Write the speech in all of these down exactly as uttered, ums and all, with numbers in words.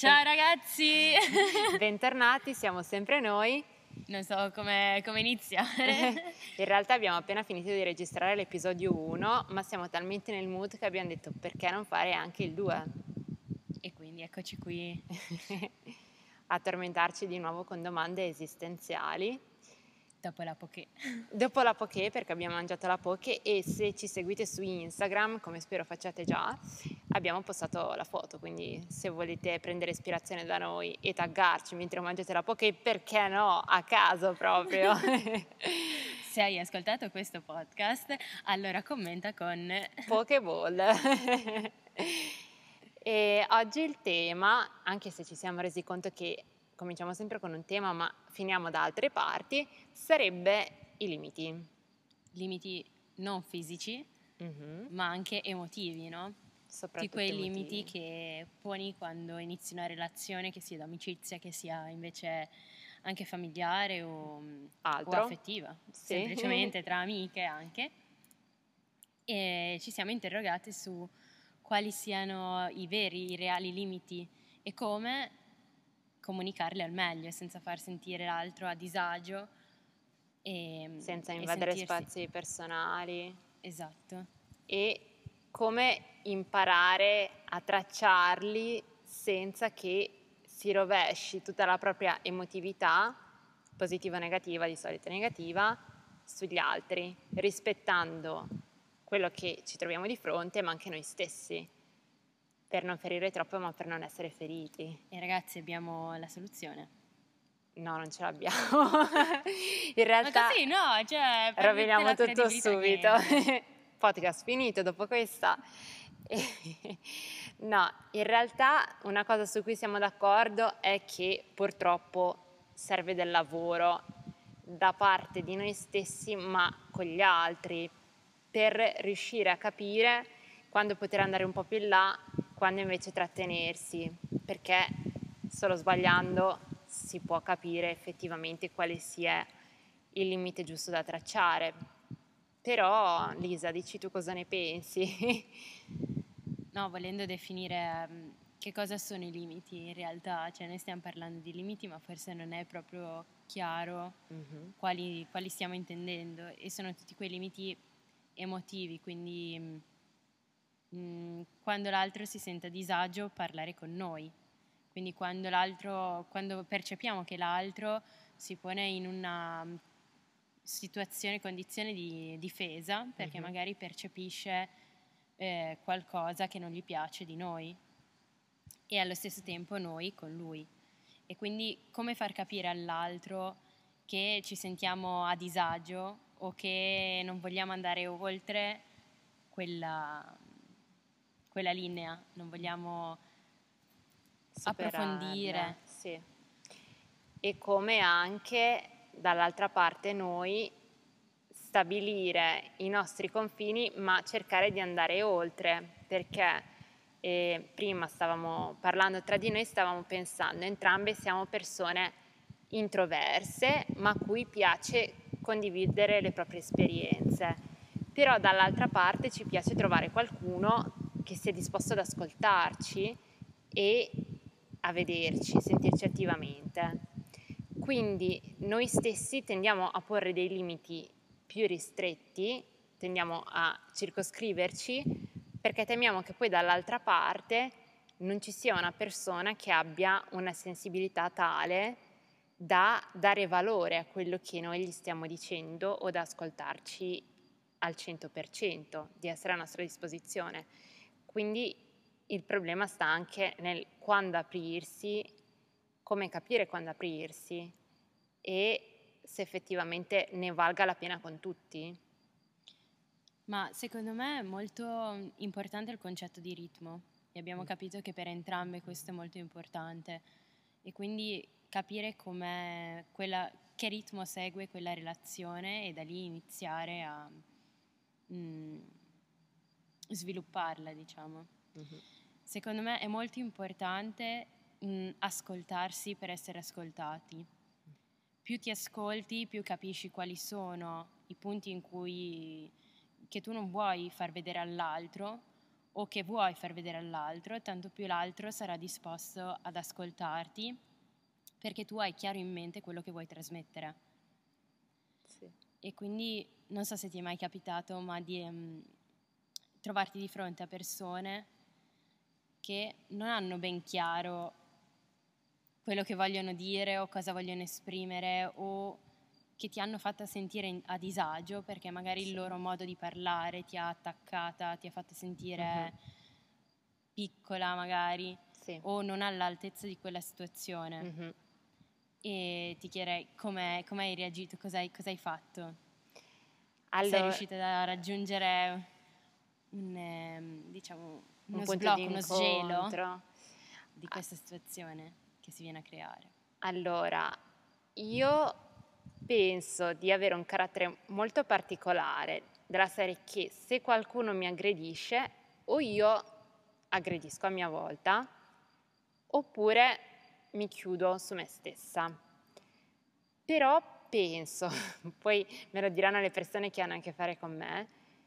Ciao ragazzi! Bentornati, siamo sempre noi. Non so come, come iniziare. In realtà abbiamo appena finito di registrare l'episodio uno, ma siamo talmente nel mood che abbiamo detto perché non fare anche il due? E quindi eccoci qui. A tormentarci di nuovo con domande esistenziali. Dopo la poké. Dopo la poké, perché abbiamo mangiato la poké, e se ci seguite su Instagram, come spero facciate già, abbiamo postato la foto, quindi se volete prendere ispirazione da noi e taggarci mentre mangiate la poké, perché no, a caso proprio. Se hai ascoltato questo podcast, allora commenta con Pokéball. E oggi il tema, anche se ci siamo resi conto che cominciamo sempre con un tema ma finiamo da altre parti, sarebbe i limiti. limiti non fisici, Mm-hmm. ma anche emotivi, no? Tutti quei Emotivi. limiti che poni quando inizi una relazione, che sia d'amicizia, che sia invece anche familiare o, o affettiva, sì. semplicemente tra amiche anche. E ci siamo interrogate su quali siano i veri, i reali limiti e come comunicarli al meglio senza far sentire l'altro a disagio e senza e invadere sentirsi... spazi personali. Esatto. E come imparare a tracciarli senza che si rovesci tutta la propria emotività, positiva o negativa, di solito negativa, sugli altri, rispettando quello che ci troviamo di fronte, ma anche noi stessi, per non ferire troppo, ma per non essere feriti. E ragazzi, abbiamo la soluzione. No, non ce l'abbiamo. In realtà... Ma così no, cioè... roviniamo tutto subito. Podcast finito dopo questa. No, in realtà una cosa su cui siamo d'accordo è che purtroppo serve del lavoro da parte di noi stessi, ma con gli altri, per riuscire a capire quando poter andare un po' più in là, quando invece trattenersi, perché solo sbagliando si può capire effettivamente quale sia il limite giusto da tracciare. Però, Lisa, dici tu cosa ne pensi? No, volendo definire um, che cosa sono i limiti in realtà, cioè noi stiamo parlando di limiti ma forse non è proprio chiaro mm-hmm. quali, quali stiamo intendendo, e sono tutti quei limiti emotivi, quindi mh, quando l'altro si sente a disagio parlare con noi, quindi quando l'altro, quando percepiamo che l'altro si pone in una situazione, condizione di difesa, perché uh-huh. magari percepisce eh, qualcosa che non gli piace di noi e allo stesso tempo noi con lui. E quindi come far capire all'altro che ci sentiamo a disagio o che non vogliamo andare oltre quella, quella linea, non vogliamo superarla, approfondire. Sì. E come anche dall'altra parte noi stabilire i nostri confini, ma cercare di andare oltre, perché eh, prima stavamo parlando tra di noi, stavamo pensando, entrambe siamo persone introverse, ma a cui piace condividere le proprie esperienze, però dall'altra parte ci piace trovare qualcuno che sia disposto ad ascoltarci e a vederci, sentirci attivamente. Quindi noi stessi tendiamo a porre dei limiti più ristretti, tendiamo a circoscriverci perché temiamo che poi dall'altra parte non ci sia una persona che abbia una sensibilità tale da dare valore a quello che noi gli stiamo dicendo o da ascoltarci al cento per cento, di essere a nostra disposizione. Quindi il problema sta anche nel quando aprirsi, come capire quando aprirsi e se effettivamente ne valga la pena con tutti. Ma secondo me è molto importante il concetto di ritmo e abbiamo capito che per entrambe questo è molto importante, e quindi capire com'è quella, che ritmo segue quella relazione e da lì iniziare a mm, svilupparla, diciamo. Uh-huh. Secondo me è molto importante mh, ascoltarsi per essere ascoltati. Più ti ascolti, più capisci quali sono i punti in cui che tu non vuoi far vedere all'altro o che vuoi far vedere all'altro, tanto più l'altro sarà disposto ad ascoltarti, perché tu hai chiaro in mente quello che vuoi trasmettere. Sì. E quindi non so se ti è mai capitato, ma di um, trovarti di fronte a persone che non hanno ben chiaro quello che vogliono dire o cosa vogliono esprimere, o che ti hanno fatta sentire in, a disagio perché magari sì. il loro modo di parlare ti ha attaccata, ti ha fatto sentire uh-huh. piccola magari, sì. o non all'altezza di quella situazione. Uh-huh. E ti chiederei come hai reagito, cosa hai, cosa hai fatto? Allora, sei riuscita a raggiungere un, eh, diciamo, uno un punto sblocco, di uno sgelo di questa situazione che si viene a creare? Allora, io penso di avere un carattere molto particolare, della serie che se qualcuno mi aggredisce o io aggredisco a mia volta oppure mi chiudo su me stessa. Però penso, poi me lo diranno le persone che hanno a che fare con me,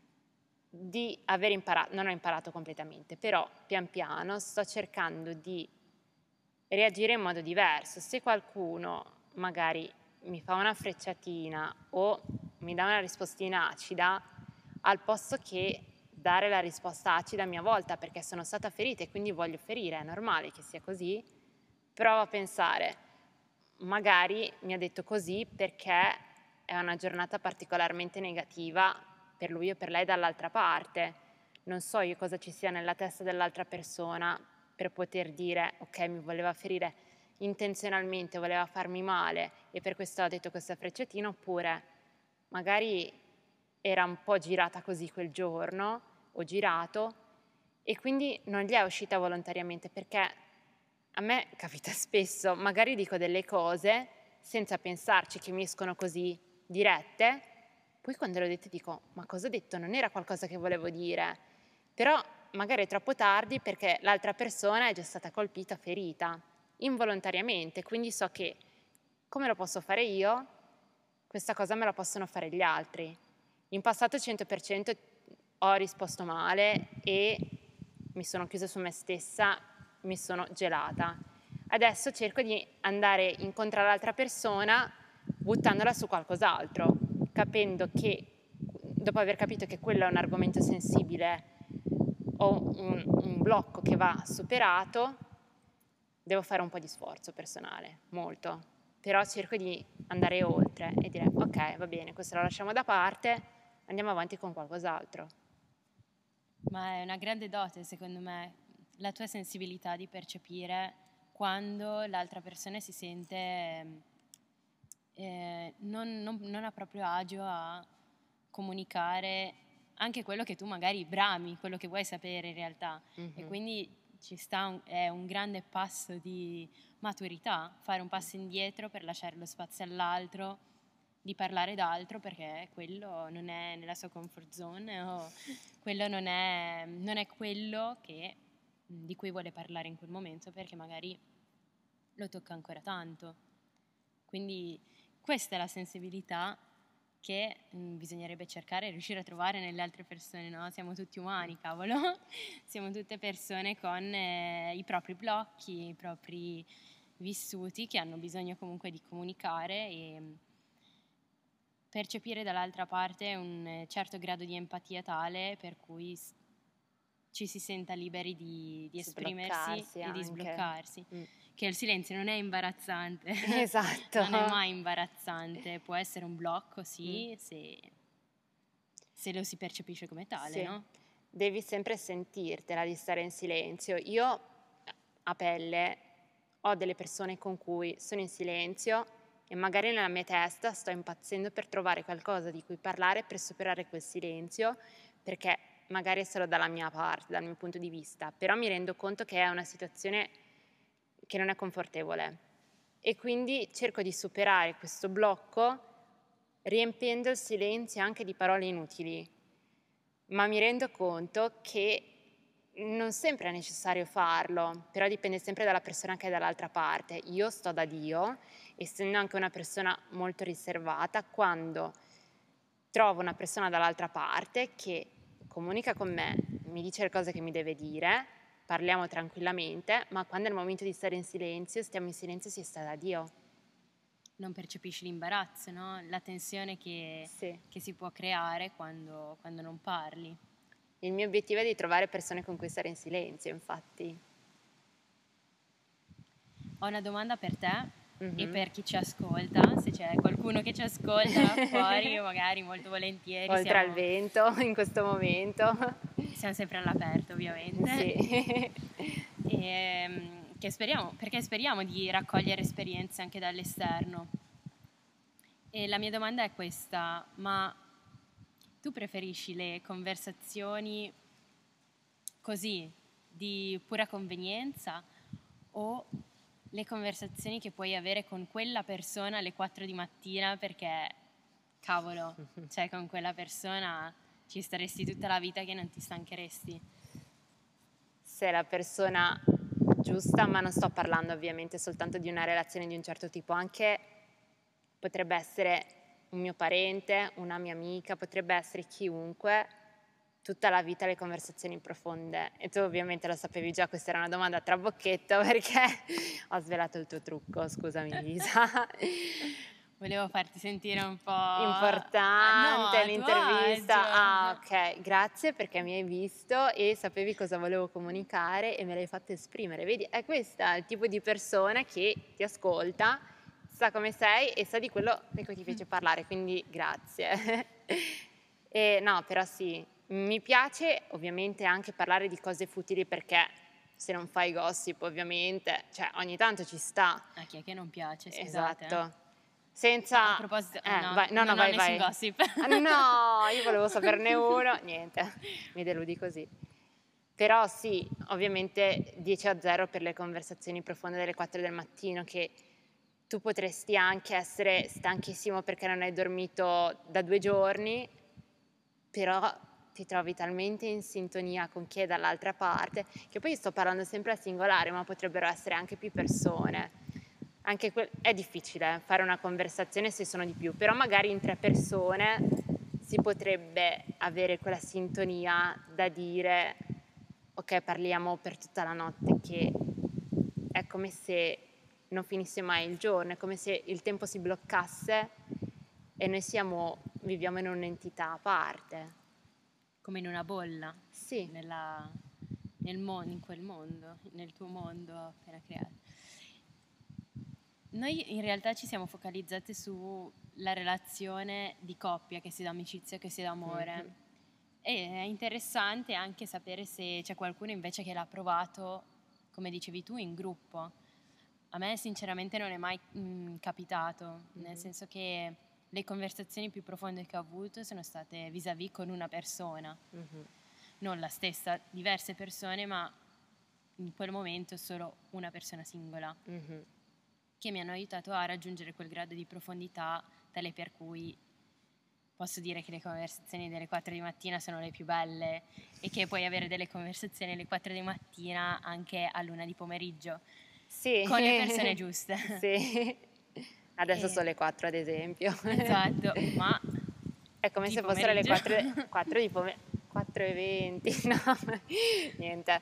di aver imparato, non ho imparato completamente, però pian piano sto cercando di reagire in modo diverso. Se qualcuno magari mi fa una frecciatina o mi dà una rispostina acida, al posto che dare la risposta acida a mia volta perché sono stata ferita e quindi voglio ferire, è normale che sia così, provo a pensare, magari mi ha detto così perché è una giornata particolarmente negativa per lui o per lei dall'altra parte. Non so io cosa ci sia nella testa dell'altra persona per poter dire ok, mi voleva ferire intenzionalmente, voleva farmi male e per questo ha detto questa frecciatina, oppure magari era un po' girata così quel giorno o girato e quindi non gli è uscita volontariamente, perché a me capita spesso, magari dico delle cose senza pensarci che mi escono così dirette, poi quando le ho dette dico ma cosa ho detto? Non era qualcosa che volevo dire, però magari è troppo tardi perché l'altra persona è già stata colpita, ferita, involontariamente, quindi so che come lo posso fare io, questa cosa me la possono fare gli altri. In passato cento per cento ho risposto male e mi sono chiusa su me stessa, mi sono gelata. Adesso cerco di andare incontro all'altra persona buttandola su qualcos'altro, capendo che, dopo aver capito che quello è un argomento sensibile, ho un, un blocco che va superato, devo fare un po' di sforzo personale, molto, però cerco di andare oltre e dire ok, va bene, questo lo lasciamo da parte, andiamo avanti con qualcos'altro. Ma è una grande dote, secondo me, la tua sensibilità di percepire quando l'altra persona si sente eh, non, non, non a proprio agio a comunicare anche quello che tu magari brami, quello che vuoi sapere in realtà. Mm-hmm. E quindi ci sta un, è un grande passo di maturità, fare un passo indietro per lasciare lo spazio all'altro di parlare d'altro perché quello non è nella sua comfort zone o quello non è, non è quello che, di cui vuole parlare in quel momento perché magari lo tocca ancora tanto. Quindi questa è la sensibilità che mh, bisognerebbe cercare e riuscire a trovare nelle altre persone, no? Siamo tutti umani, cavolo, siamo tutte persone con eh, i propri blocchi, i propri vissuti che hanno bisogno comunque di comunicare e percepire dall'altra parte un certo grado di empatia tale per cui ci si senta liberi di, di esprimersi e anche. di sbloccarsi. Mm. Che il silenzio non è imbarazzante. Esatto. Non è mai imbarazzante, può essere un blocco, sì, mm. se, se lo si percepisce come tale, sì. no? Devi sempre sentirtela di stare in silenzio. Io, a pelle, ho delle persone con cui sono in silenzio e magari nella mia testa sto impazzendo per trovare qualcosa di cui parlare per superare quel silenzio, perché magari è solo dalla mia parte, dal mio punto di vista, però mi rendo conto che è una situazione che non è confortevole e quindi cerco di superare questo blocco riempiendo il silenzio anche di parole inutili, ma mi rendo conto che non sempre è necessario farlo, però dipende sempre dalla persona che è dall'altra parte. Io sto da Dio, essendo anche una persona molto riservata, quando trovo una persona dall'altra parte che comunica con me, mi dice le cose che mi deve dire, parliamo tranquillamente, ma quando è il momento di stare in silenzio, stiamo in silenzio e si sta da Dio. Non percepisci l'imbarazzo, no? La tensione che, Sì. che si può creare quando, quando non parli. Il mio obiettivo è di trovare persone con cui stare in silenzio, infatti. Ho una domanda per te Mhm. e per chi ci ascolta, se c'è qualcuno che ci ascolta fuori, magari molto volentieri. Oltre siamo, al vento, in questo momento. Siamo sempre all'aperto, ovviamente. Sì. E, che speriamo, perché speriamo di raccogliere esperienze anche dall'esterno. E la mia domanda è questa: ma tu preferisci le conversazioni così, di pura convenienza, o le conversazioni che puoi avere con quella persona alle quattro di mattina perché, cavolo, cioè con quella persona ci staresti tutta la vita che non ti stancheresti? Se è la persona giusta, ma non sto parlando ovviamente soltanto di una relazione di un certo tipo, anche potrebbe essere un mio parente, una mia amica, potrebbe essere chiunque, tutta la vita le conversazioni profonde. E tu ovviamente lo sapevi già, questa era una domanda a trabocchetto perché ho svelato il tuo trucco, scusami Lisa. Volevo farti sentire un po' importante no, l'intervista. Ah, ok, grazie perché mi hai visto e sapevi cosa volevo comunicare e me l'hai fatto esprimere. Vedi, è questa il tipo di persona che ti ascolta, sa come sei e sa di quello di cui ti piace parlare, quindi grazie. E no, però sì, mi piace ovviamente anche parlare di cose futili perché se non fai gossip ovviamente, cioè ogni tanto ci sta. A chi è che non piace, scusate. Esatto. Senza... Ah, a proposito, eh, no, vai, no, non no, ho vai, nessun vai. gossip. Ah, no, io volevo saperne uno, niente, mi deludi così. Però sì, ovviamente dieci a zero per le conversazioni profonde delle quattro del mattino, che tu potresti anche essere stanchissimo perché non hai dormito da due giorni, però ti trovi talmente in sintonia con chi è dall'altra parte, che poi sto parlando sempre al singolare, ma potrebbero essere anche più persone. Anche que- è difficile fare una conversazione se sono di più, però magari in tre persone si potrebbe avere quella sintonia da dire ok, parliamo per tutta la notte, che è come se non finisse mai il giorno, è come se il tempo si bloccasse e noi siamo, viviamo in un'entità a parte. Come in una bolla. Sì. Nella, nel mondo, in quel mondo, nel tuo mondo appena creato. Noi in realtà ci siamo focalizzate sulla relazione di coppia, che sia d'amicizia, che sia d'amore. Mm-hmm. E è interessante anche sapere se c'è qualcuno invece che l'ha provato, come dicevi tu, in gruppo. A me sinceramente non è mai mh, capitato, mm-hmm. nel senso che le conversazioni più profonde che ho avuto sono state vis-à-vis con una persona, mm-hmm. non la stessa, diverse persone, ma in quel momento solo una persona singola. Mm-hmm. Che mi hanno aiutato a raggiungere quel grado di profondità tale per cui posso dire che le conversazioni delle quattro di mattina sono le più belle e che puoi avere delle conversazioni alle quattro di mattina anche a luna di pomeriggio, sì. Con le persone giuste. Sì. Adesso e... sono le quattro ad esempio. Esatto, ma è come se fossero le quattro di pomeriggio, quattro e venti, no, niente.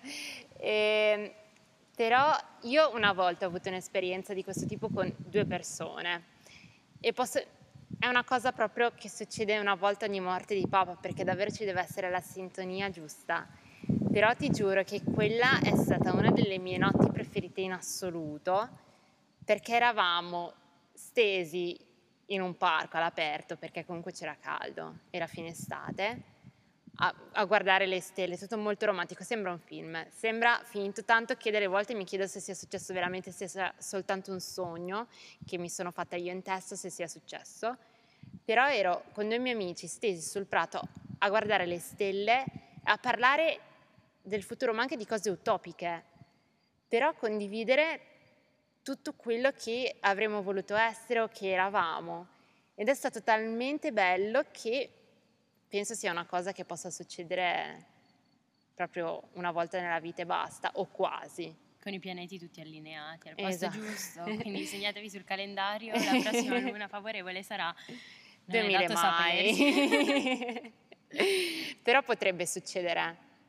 E... Però io una volta ho avuto un'esperienza di questo tipo con due persone e posso, è una cosa proprio che succede una volta ogni morte di papà, perché davvero ci deve essere la sintonia giusta. Però ti giuro che quella è stata una delle mie notti preferite in assoluto, perché eravamo stesi in un parco all'aperto, perché comunque c'era caldo, era fine estate, A, a guardare le stelle, tutto molto romantico, sembra un film, sembra finito, tanto che delle volte mi chiedo se sia successo veramente, se sia soltanto un sogno che mi sono fatta io in testa, se sia successo. Però ero con due miei amici stesi sul prato a guardare le stelle, a parlare del futuro, ma anche di cose utopiche, però condividere tutto quello che avremmo voluto essere o che eravamo, ed è stato talmente bello che penso sia una cosa che possa succedere proprio una volta nella vita e basta, o quasi. Con i pianeti tutti allineati al posto esatto. giusto, quindi segnatevi sul calendario, la prossima luna favorevole sarà... Non è dato mai. Però potrebbe succedere.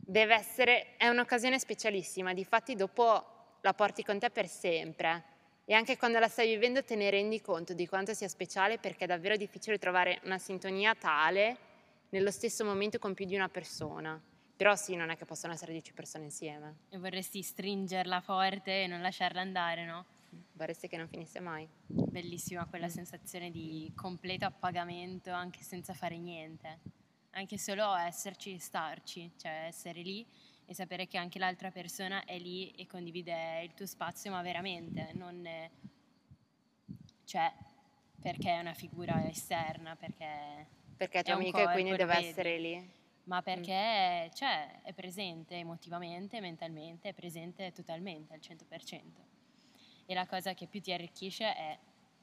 deve essere, è un'occasione specialissima, difatti dopo la porti con te per sempre e anche quando la stai vivendo te ne rendi conto di quanto sia speciale, perché è davvero difficile trovare una sintonia tale nello stesso momento con più di una persona. Però sì, non è che possono essere dieci persone insieme. E vorresti stringerla forte e non lasciarla andare, no? Vorresti che non finisse mai. Bellissima quella Mm. sensazione di completo appagamento anche senza fare niente, anche solo esserci e starci, cioè essere lì e sapere che anche l'altra persona è lì e condivide il tuo spazio, ma veramente, non è, cioè perché è una figura esterna, perché Perché è è tua un amica e quindi corpo, lo deve vedi, essere lì. ma perché cioè, è presente emotivamente, mentalmente, è presente totalmente al cento per cento. E la cosa che più ti arricchisce è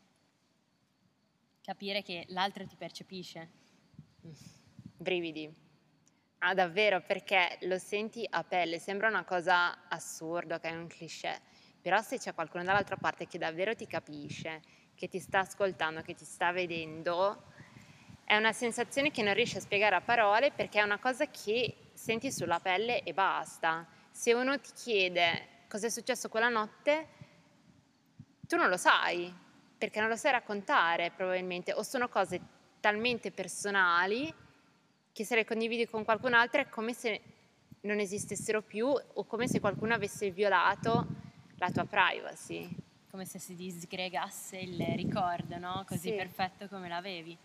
capire che l'altro ti percepisce. Brividi. Ah, davvero, perché lo senti a pelle, sembra una cosa assurda, che è un cliché, però se c'è qualcuno dall'altra parte che davvero ti capisce, che ti sta ascoltando, che ti sta vedendo, è una sensazione che non riesci a spiegare a parole, perché è una cosa che senti sulla pelle e basta. Se uno ti chiede cosa è successo quella notte, tu non lo sai, perché non lo sai raccontare probabilmente, o sono cose talmente personali che se le condividi con qualcun altro è come se non esistessero più o come se qualcuno avesse violato la tua privacy. Come se si disgregasse il ricordo, no? Così Sì. perfetto come l'avevi.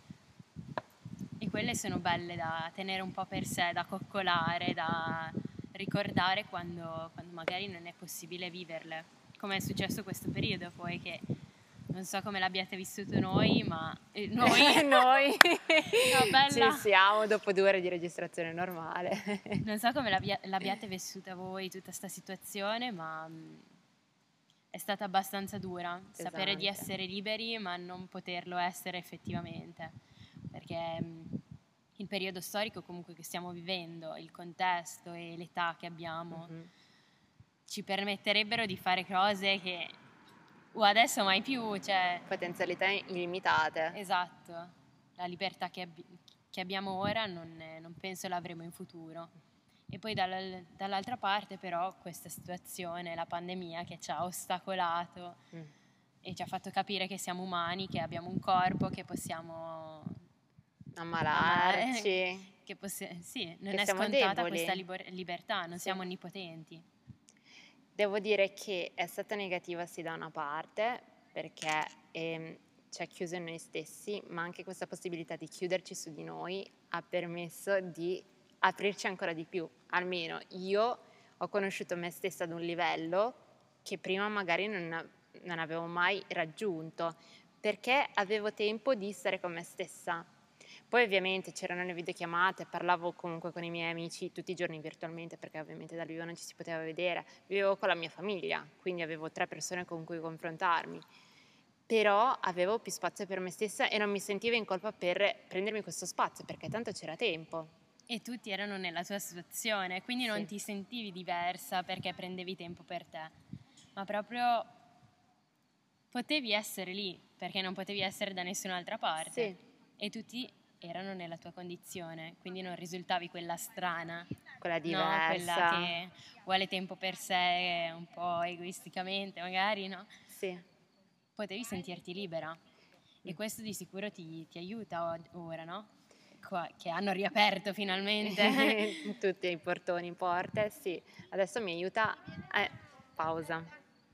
E quelle sono belle da tenere un po' per sé, da coccolare, da ricordare quando, quando magari non è possibile viverle. Come è successo questo periodo poi, che non so come l'abbiate vissuto noi, ma eh, noi, Noi no, bella. ci siamo dopo due ore di registrazione normale. Non so come l'abbia- l'abbiate vissuta voi tutta questa situazione, ma mh, è stata abbastanza dura sapere di Pesante. essere liberi ma non poterlo essere effettivamente, perché mh, il periodo storico comunque che stiamo vivendo, il contesto e l'età che abbiamo Mhm. ci permetterebbero di fare cose che o adesso mai più, cioè Potenzialità illimitate. esatto, la libertà che, abbi- che abbiamo ora non, non penso l'avremo in futuro. E poi dal- dall'altra parte però questa situazione, la pandemia che ci ha ostacolato Mm. e ci ha fatto capire che siamo umani, che abbiamo un corpo, che possiamo Ammalarci. che possi- sì, non Che è siamo scontata deboli. questa liber- libertà, non Sì. siamo onnipotenti. Devo dire che è stata negativa sì da una parte, perché ehm, ci ha chiuso in noi stessi, ma anche questa possibilità di chiuderci su di noi ha permesso di aprirci ancora di più. Almeno io ho conosciuto me stessa ad un livello che prima magari non, non avevo mai raggiunto, perché avevo tempo di stare con me stessa. Poi ovviamente c'erano le videochiamate, parlavo comunque con i miei amici tutti i giorni virtualmente, perché ovviamente dal vivo non ci si poteva vedere, vivevo con la mia famiglia, quindi avevo tre persone con cui confrontarmi, però avevo più spazio per me stessa e non mi sentivo in colpa per prendermi questo spazio, perché tanto c'era tempo. E tutti erano nella tua situazione, quindi non Sì. ti sentivi diversa perché prendevi tempo per te, ma proprio potevi essere lì perché non potevi essere da nessun'altra parte. Sì. E tutti erano nella tua condizione, quindi non risultavi quella strana, Quella no? diversa. Quella che vuole tempo per sé un po' egoisticamente magari, no? Sì. Potevi sentirti libera e questo di sicuro ti, ti aiuta ora, no? Qua, che hanno riaperto finalmente. Tutti i portoni in porte, sì. Adesso mi aiuta. Eh, pausa.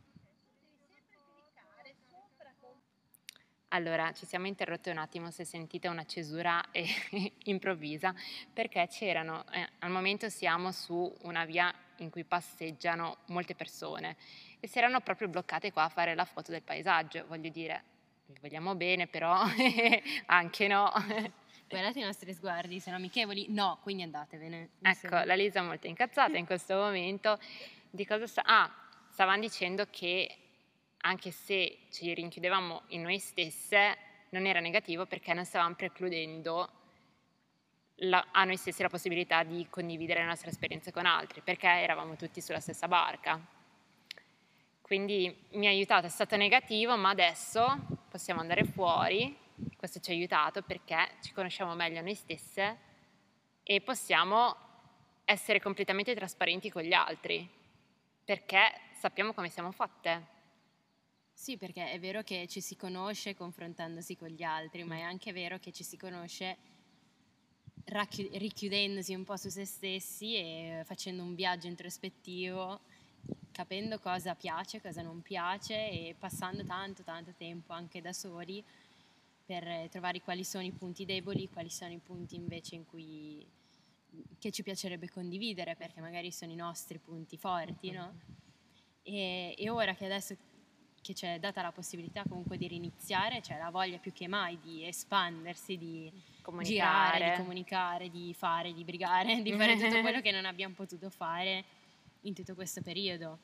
Allora, ci siamo interrotte un attimo, se sentite una cesura eh, improvvisa, perché c'erano, eh, al momento siamo su una via in cui passeggiano molte persone e si erano proprio bloccate qua a fare la foto del paesaggio. Voglio dire, vi vogliamo bene, però anche no. Guardate i nostri sguardi, sono amichevoli? No, quindi andatevene. Ecco, la Lisa è molto incazzata in questo momento. Di cosa sta? Ah, stavano dicendo che anche se ci rinchiudevamo in noi stesse, non era negativo perché non stavamo precludendo la, a noi stessi la possibilità di condividere le nostre esperienze con altri, perché eravamo tutti sulla stessa barca. Quindi mi ha aiutato, è stato negativo, ma adesso possiamo andare fuori, questo ci ha aiutato perché ci conosciamo meglio noi stesse e possiamo essere completamente trasparenti con gli altri, perché sappiamo come siamo fatte. Sì, perché è vero che ci si conosce confrontandosi con gli altri, ma è anche vero che ci si conosce racchi- richiudendosi un po' su se stessi e facendo un viaggio introspettivo, capendo cosa piace, cosa non piace e passando tanto tanto tempo anche da soli per trovare quali sono i punti deboli, quali sono i punti invece in cui che ci piacerebbe condividere, perché magari sono i nostri punti forti, no? E, e ora che adesso che ci è data la possibilità comunque di riniziare, c'è la voglia più che mai di espandersi, di Comunicare. girare, di comunicare, di fare, di brigare, di fare tutto quello che non abbiamo potuto fare in tutto questo periodo.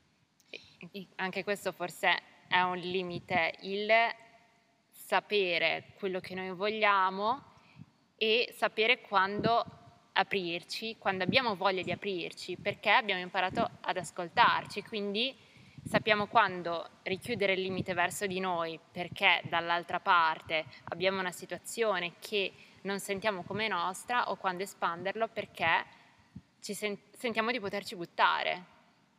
E anche questo forse è un limite, il sapere quello che noi vogliamo e sapere quando aprirci, quando abbiamo voglia di aprirci, perché abbiamo imparato ad ascoltarci, quindi sappiamo quando richiudere il limite verso di noi perché dall'altra parte abbiamo una situazione che non sentiamo come nostra, o quando espanderlo perché ci sen- sentiamo di poterci buttare.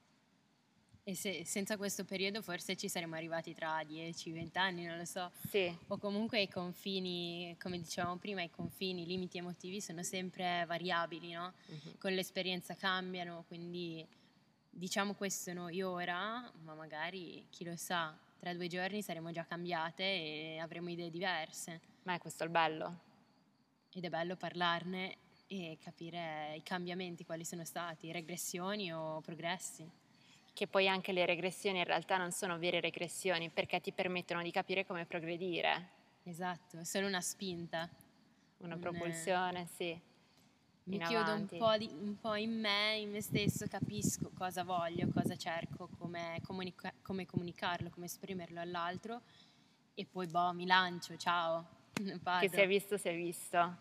E se, senza questo periodo forse ci saremmo arrivati tra dieci venti anni, non lo so. Sì. O comunque i confini, come dicevamo prima, i confini, i limiti emotivi sono sempre variabili, no? Uh-huh. Con l'esperienza cambiano, quindi diciamo questo noi ora, ma magari, chi lo sa, tra due giorni saremo già cambiate e avremo idee diverse. Ma è questo il bello. Ed è bello parlarne e capire i cambiamenti, quali sono stati, regressioni o progressi. Che poi anche le regressioni in realtà non sono vere regressioni, perché ti permettono di capire come progredire. Esatto, è solo una spinta. Una un, propulsione, sì. Mi chiudo un po', di, un po' in me, in me stesso, capisco cosa voglio, cosa cerco, come, comunica- come comunicarlo, come esprimerlo all'altro e poi boh, mi lancio, ciao, vado. Che si è visto, si è visto.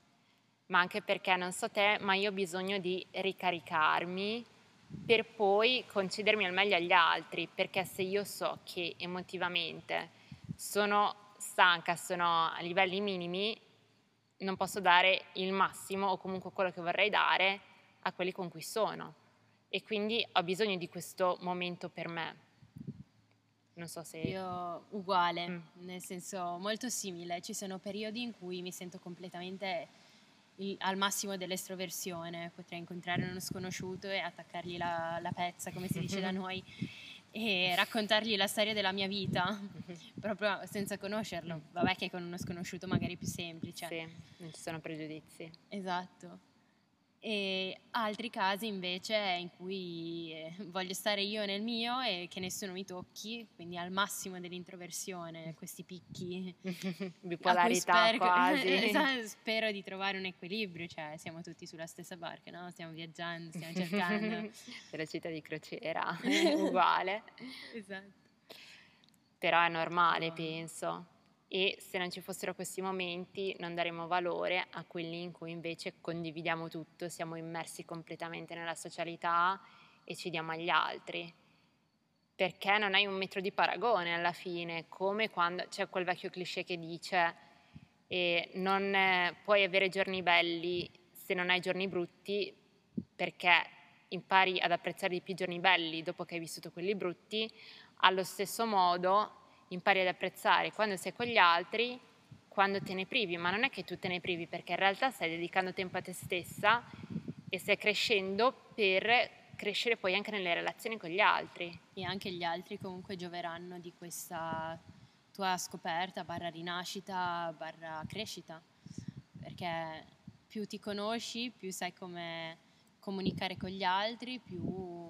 Ma anche perché, non so te, ma io ho bisogno di ricaricarmi per poi concedermi al meglio agli altri, perché se io so che emotivamente sono stanca, sono a livelli minimi, non posso dare il massimo o comunque quello che vorrei dare a quelli con cui sono, e quindi ho bisogno di questo momento per me. Non so se... Io uguale, mm. nel senso molto simile, ci sono periodi in cui mi sento completamente il, al massimo dell'estroversione, potrei incontrare uno sconosciuto e attaccargli la, la pezza, come si dice da noi, e raccontargli la storia della mia vita, proprio senza conoscerlo. Vabbè che con uno sconosciuto magari più semplice. Sì, non ci sono pregiudizi. Esatto. E altri casi invece in cui voglio stare io nel mio e che nessuno mi tocchi, quindi al massimo dell'introversione, questi picchi. Bipolarità spero, quasi. Spero di trovare un equilibrio, cioè siamo tutti sulla stessa barca, no? Stiamo viaggiando, stiamo cercando. Velocità di crociera, uguale. Esatto. Però è normale, penso. E se non ci fossero questi momenti non daremo valore a quelli in cui invece condividiamo tutto, siamo immersi completamente nella socialità e ci diamo agli altri, perché non hai un metro di paragone alla fine, come quando c'è quel vecchio cliché che dice eh, non eh, puoi avere giorni belli se non hai giorni brutti, perché impari ad apprezzare di più i giorni belli dopo che hai vissuto quelli brutti. Allo stesso modo impari ad apprezzare quando sei con gli altri, quando te ne privi, ma non è che tu te ne privi, perché in realtà stai dedicando tempo a te stessa e stai crescendo per crescere poi anche nelle relazioni con gli altri. E anche gli altri comunque gioveranno di questa tua scoperta, barra rinascita, barra crescita, perché più ti conosci, più sai come comunicare con gli altri, più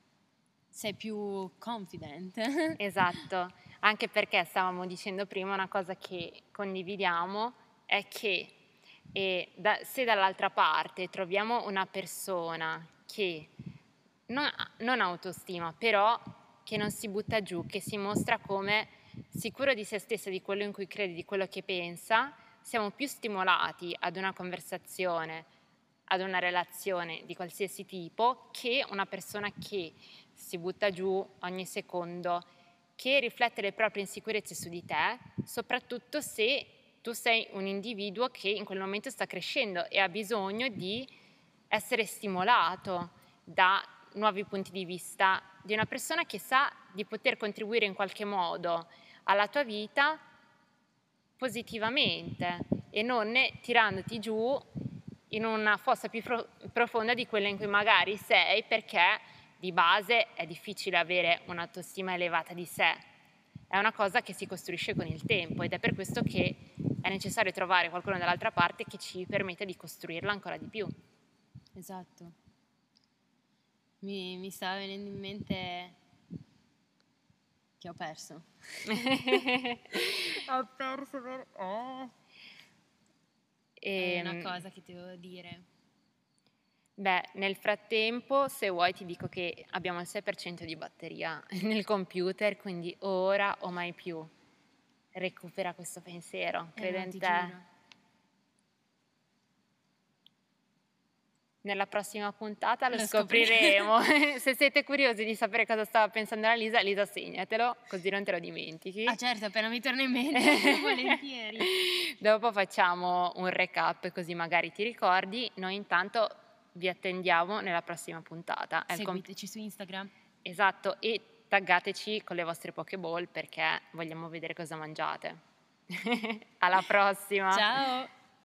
sei più confident. Esatto, anche perché stavamo dicendo prima una cosa che condividiamo è che eh, da, se dall'altra parte troviamo una persona che non, non ha autostima, però che non si butta giù, che si mostra come sicuro di se stessa, di quello in cui crede, di quello che pensa, siamo più stimolati ad una conversazione, ad una relazione di qualsiasi tipo, che una persona che si butta giù ogni secondo, che riflette le proprie insicurezze su di te, soprattutto se tu sei un individuo che in quel momento sta crescendo e ha bisogno di essere stimolato da nuovi punti di vista di una persona che sa di poter contribuire in qualche modo alla tua vita positivamente e non tirandoti giù in una fossa più pro- profonda di quella in cui magari sei, perché di base è difficile avere un'autostima elevata di sé. È una cosa che si costruisce con il tempo ed è per questo che è necessario trovare qualcuno dall'altra parte che ci permetta di costruirla ancora di più. Esatto. Mi, mi stava venendo in mente che ho perso. ho perso per... Eh. È una cosa che ti devo dire. Beh, nel frattempo, se vuoi, ti dico che abbiamo il sei per cento di batteria nel computer, quindi ora o mai più recupera questo pensiero, Eh, credo no, in ti te. giuro. Nella prossima puntata lo, Lo scopriremo. Se siete curiosi di sapere cosa stava pensando la Lisa, Lisa segnatelo, così non te lo dimentichi. Ah certo, appena mi torna in mente, volentieri. Dopo facciamo un recap, così magari ti ricordi. Noi intanto vi attendiamo nella prossima puntata. È il comp- Seguiteci su Instagram. Esatto, e taggateci con le vostre Pokéball perché vogliamo vedere cosa mangiate. Alla prossima! Ciao!